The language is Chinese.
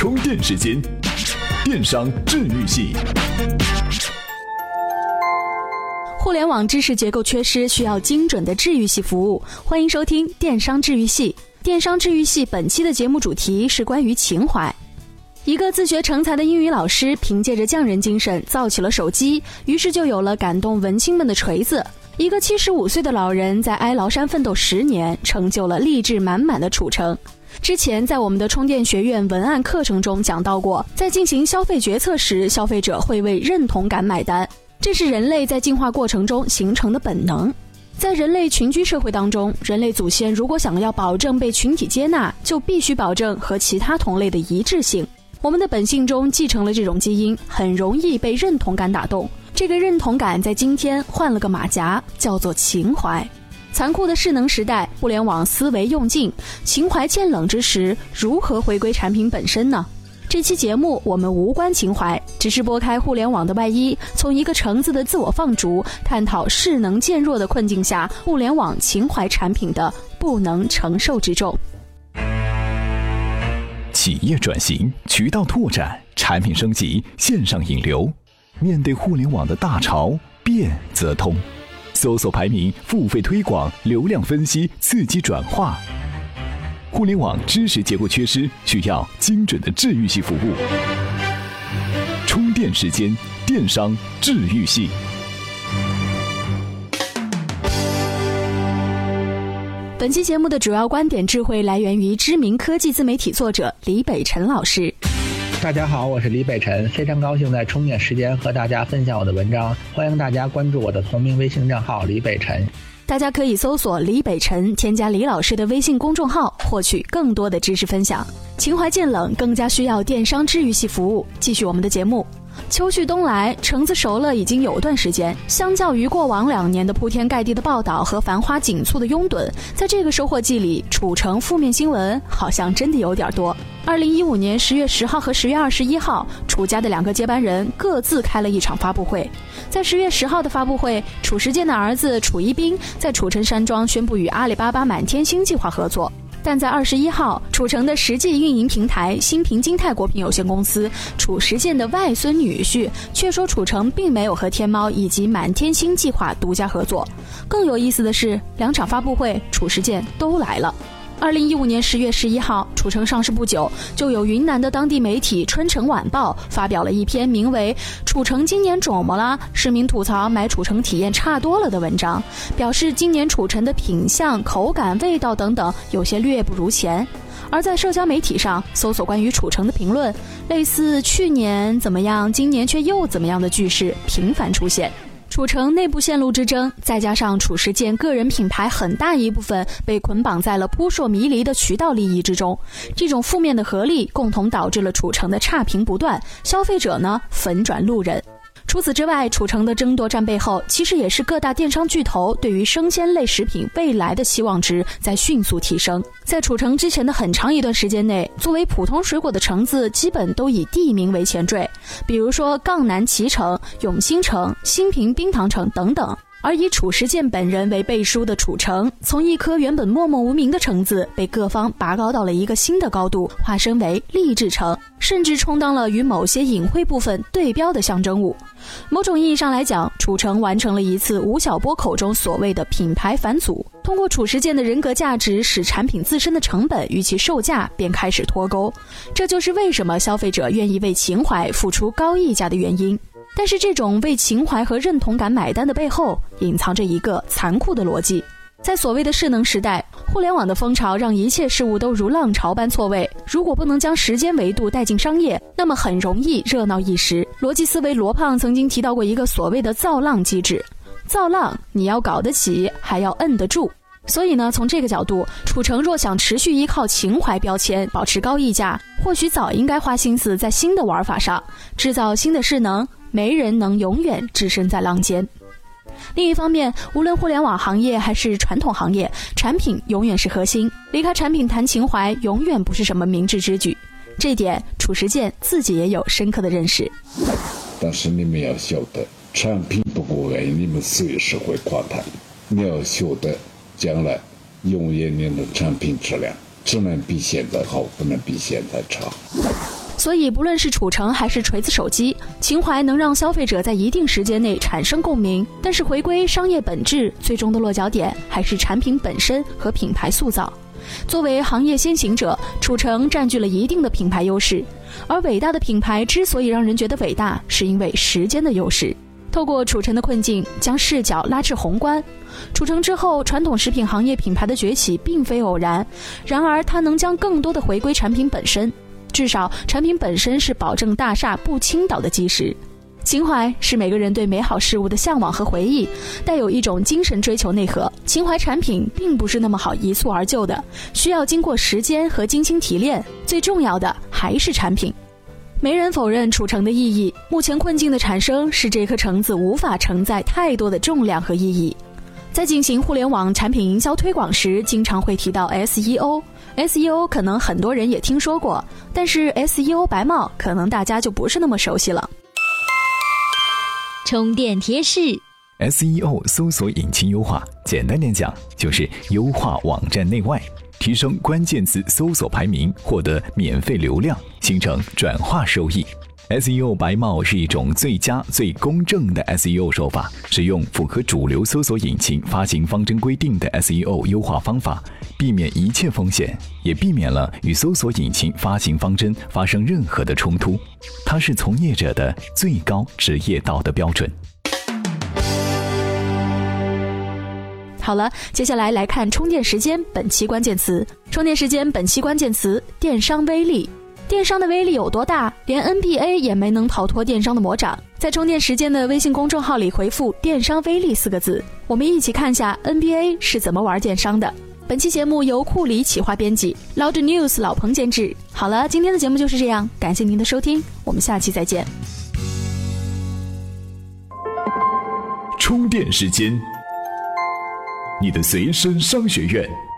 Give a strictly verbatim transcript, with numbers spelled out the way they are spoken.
充电时间，电商治愈系。 互联网知识结构缺失，需要精准的治愈系服务。欢迎收听电商治愈系。电商治愈系本期的节目主题是关于情怀。一个自学成才的英语老师，凭借着匠人精神造起了手机，于是就有了感动文青们的锤子。一个七十五岁的老人在哀牢山奋斗十年，成就了励志满满的楚成。之前在我们的充电学院文案课程中讲到过，在进行消费决策时，消费者会为认同感买单，这是人类在进化过程中形成的本能。在人类群居社会当中，人类祖先如果想要保证被群体接纳，就必须保证和其他同类的一致性。我们的本性中继承了这种基因，很容易被认同感打动。这个认同感在今天换了个马甲，叫做情怀。残酷的势能时代，互联网思维用尽，情怀渐冷之时，如何回归产品本身呢？这期节目我们无关情怀，只是拨开互联网的外衣，从一个橙子的自我放逐，探讨势能渐弱的困境下，互联网情怀产品的不能承受之重。 企业转型、渠道拓展、产品升级、线上引流，面对互联网的大潮，变则通。搜索排名、付费推广、流量分析、刺激转化。互联网知识结构缺失，需要精准的治愈系服务。充电时间，电商治愈系。 本期节目的主要观点智慧来源于知名科技自媒体作者李北辰老师。 大家好，我是李北辰，非常高兴在充电时间和大家分享我的文章，欢迎大家关注我的同名微信账号李北辰。 大家可以搜索李北辰，添加李老师的微信公众号，获取更多的知识分享。情怀渐冷，更加需要电商治愈系服务。继续我们的节目。秋去冬来，橙子熟了已经有段时间，相较于过往两年的铺天盖地的报道和繁花锦簇的拥趸，在这个收获季里，楚成负面新闻好像真的有点多。二零一五年十月十号和十月二十一号，楚家的两个接班人各自开了一场发布会。在十月十号的发布会，褚时健的儿子褚一彬在褚橙山庄宣布与阿里巴巴满天星计划合作。但在二十一号，褚橙的实际运营平台新平金泰国品有限公司褚时健的外孙女婿却说褚橙并没有和天猫以及满天星计划独家合作。更有意思的是，两场发布会褚时健都来了。二零一五年十月十一号，褚橙上市不久，就有云南的当地媒体春城晚报发表了一篇名为《褚橙今年肿么啦？市民吐槽买褚橙体验差多了》的文章，表示今年褚橙的品相、口感、味道等等有些略不如前。而在社交媒体上搜索关于褚橙的评论，类似去年怎么样，今年却又怎么样的句式频繁出现。褚橙内部线路之争，再加上褚时健个人品牌很大一部分被捆绑在了扑朔迷离的渠道利益之中，这种负面的合力共同导致了褚橙的差评不断，消费者呢粉转路人。除此之外，褚橙的争夺战背后，其实也是各大电商巨头对于生鲜类食品未来的期望值在迅速提升。在褚橙之前的很长一段时间内，作为普通水果的橙子基本都以地名为前缀，比如说赣南脐橙、永兴橙、新平冰糖橙等等。而以褚时健本人为背书的褚橙，从一颗原本默默无名的橙子，被各方拔高到了一个新的高度，化身为励志橙，甚至充当了与某些隐晦部分对标的象征物。某种意义上来讲，褚橙完成了一次吴晓波口中所谓的品牌反祖，通过褚时健的人格价值，使产品自身的成本与其售价便开始脱钩。这就是为什么消费者愿意为情怀付出高溢价的原因。但是这种为情怀和认同感买单的背后，隐藏着一个残酷的逻辑。在所谓的势能时代，互联网的风潮让一切事物都如浪潮般错位，如果不能将时间维度带进商业，那么很容易热闹一时。逻辑思维罗胖曾经提到过一个所谓的造浪机制，造浪你要搞得起，还要摁得住。所以呢，从这个角度，褚橙若想持续依靠情怀标签保持高溢价，或许早应该花心思在新的玩法上，制造新的势能，没人能永远置身在浪尖。另一方面，无论互联网行业还是传统行业，产品永远是核心，离开产品谈情怀永远不是什么明智之举。这点褚时健自己也有深刻的认识。 但是你们要晓得，产品不过万一，你们随时会垮台。你要晓得，将来永远你的产品质量只能比现在好，不能比现在差。 所以不论是储成还是锤子手机，情怀能让消费者在一定时间内产生共鸣，但是回归商业本质，最终的落脚点还是产品本身和品牌塑造。作为行业先行者，储成占据了一定的品牌优势，而伟大的品牌之所以让人觉得伟大，是因为时间的优势。透过储成的困境，将视角拉至宏观。储成之后，传统食品行业品牌的崛起并非偶然，然而它能将更多的回归产品本身，至少产品本身是保证大厦不倾倒的基石。情怀是每个人对美好事物的向往和回忆，带有一种精神追求内核。情怀产品并不是那么好一蹴而就的，需要经过时间和精心提炼，最重要的还是产品。没人否认储成的意义，目前困境的产生是这颗橙子无法承载太多的重量和意义。在进行互联网产品营销推广时，经常会提到 S E O。S E O 可能很多人也听说过，但是 S E O 白帽可能大家就不是那么熟悉了。 充电贴士 S E O 搜索引擎优化，简单点讲就是优化网站内外，提升关键词搜索排名，获得免费流量，形成转化收益。S E O 白帽是一种最佳最公正的 S E O 手法，使用符合主流搜索引擎发行方针规定的 S E O 优化方法，避免一切风险，也避免了与搜索引擎发行方针发生任何的冲突。它是从业者的最高职业道德标准。 好了，接下来来看充电时间本期关键词。充电时间本期关键词：电商威力。电商的威力有多大？连 N B A 也没能逃脱电商的魔掌。在充电时间的微信公众号里回复电商威力四个字，我们一起看下 N B A 是怎么玩电商的。本期节目由库里企划编辑， Loud News 老彭监制。好了，今天的节目就是这样，感谢您的收听，我们下期再见。 充电时间，你的随身商学院。